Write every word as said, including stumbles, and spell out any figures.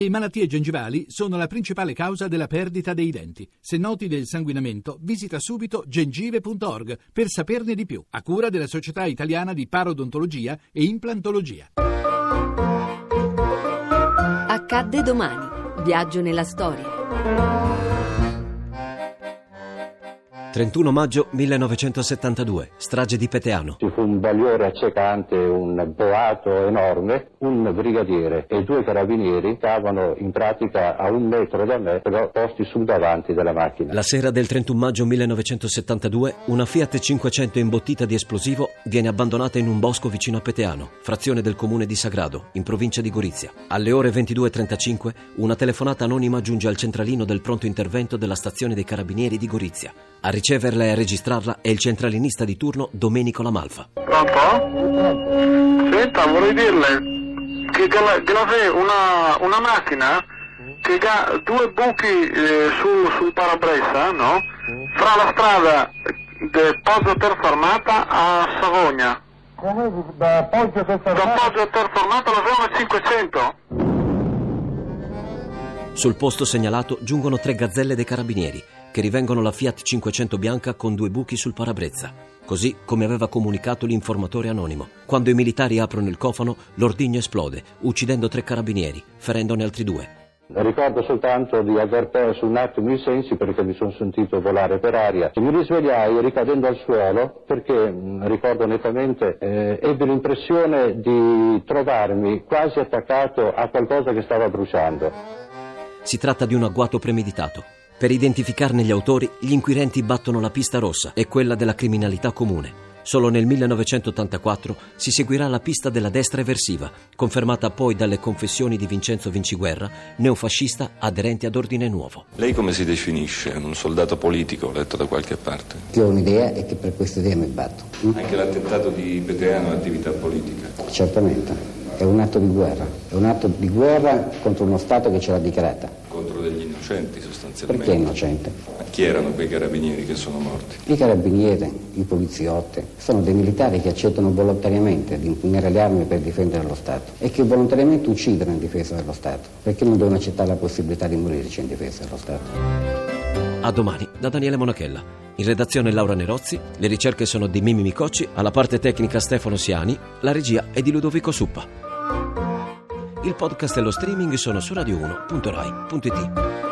Le malattie gengivali sono la principale causa della perdita dei denti. Se noti del sanguinamento, visita subito gengive punto org per saperne di più, a cura della Società Italiana di Parodontologia e Implantologia. Accadde domani. Viaggio nella storia. trentuno maggio millenovecentosettantadue, strage di Peteano. Ci fu un bagliore accecante, un boato enorme, un brigadiere e due carabinieri stavano in pratica a un metro da me, però posti sul davanti della macchina. La sera del trentuno maggio millenovecentosettantadue, una Fiat cinquecento imbottita di esplosivo viene abbandonata in un bosco vicino a Peteano, frazione del comune di Sagrado, in provincia di Gorizia. Alle ore ventidue e trentacinque, una telefonata anonima giunge al centralino del pronto intervento della stazione dei carabinieri di Gorizia. A riceverla e a registrarla è il centralinista di turno Domenico Lamalfa. Pronto? Senta, vorrei dirle che Glavè, una, una macchina che ha due buchi eh, sul, sul parabrezza, no? Fra la strada del Poggio Terformata a Savogna. Da Poggio Terformata? Da Poggio Terformata alla zona cinquecento. Sul posto segnalato giungono tre gazzelle dei carabinieri che rivengono la Fiat cinquecento bianca con due buchi sul parabrezza, così come aveva comunicato l'informatore anonimo. Quando i militari aprono il cofano, l'ordigno esplode, uccidendo tre carabinieri, ferendone altri due. Ricordo soltanto di aver perso un attimo i sensi perché mi sono sentito volare per aria. Mi risvegliai ricadendo al suolo perché, mh, ricordo nettamente, eh, ebbi l'impressione di trovarmi quasi attaccato a qualcosa che stava bruciando. Si tratta di un agguato premeditato. Per identificarne gli autori, gli inquirenti battono la pista rossa e quella della criminalità comune. Solo nel millenovecentottantaquattro si seguirà la pista della destra eversiva, confermata poi dalle confessioni di Vincenzo Vinciguerra, neofascista aderente ad Ordine Nuovo. Lei come si definisce? Un soldato politico, letto da qualche parte? Io ho un'idea e che per questa idea mi batto. Anche l'attentato di Peteano è attività politica? Certamente, è un atto di guerra, è un atto di guerra contro uno Stato che ce l'ha dichiarata. Contro degli innocenti sostanzialmente? Perché innocente? Ma chi erano quei carabinieri che sono morti? I carabinieri, i poliziotti, sono dei militari che accettano volontariamente di impugnare le armi per difendere lo Stato e che volontariamente uccidono in difesa dello Stato, perché non devono accettare la possibilità di morirci in difesa dello Stato. A domani da Daniele Monachella. In redazione Laura Nerozzi, le ricerche sono di Mimmi Micocci, alla parte tecnica Stefano Siani, la regia è di Ludovico Suppa. Il podcast e lo streaming sono su radio uno punto rai punto it.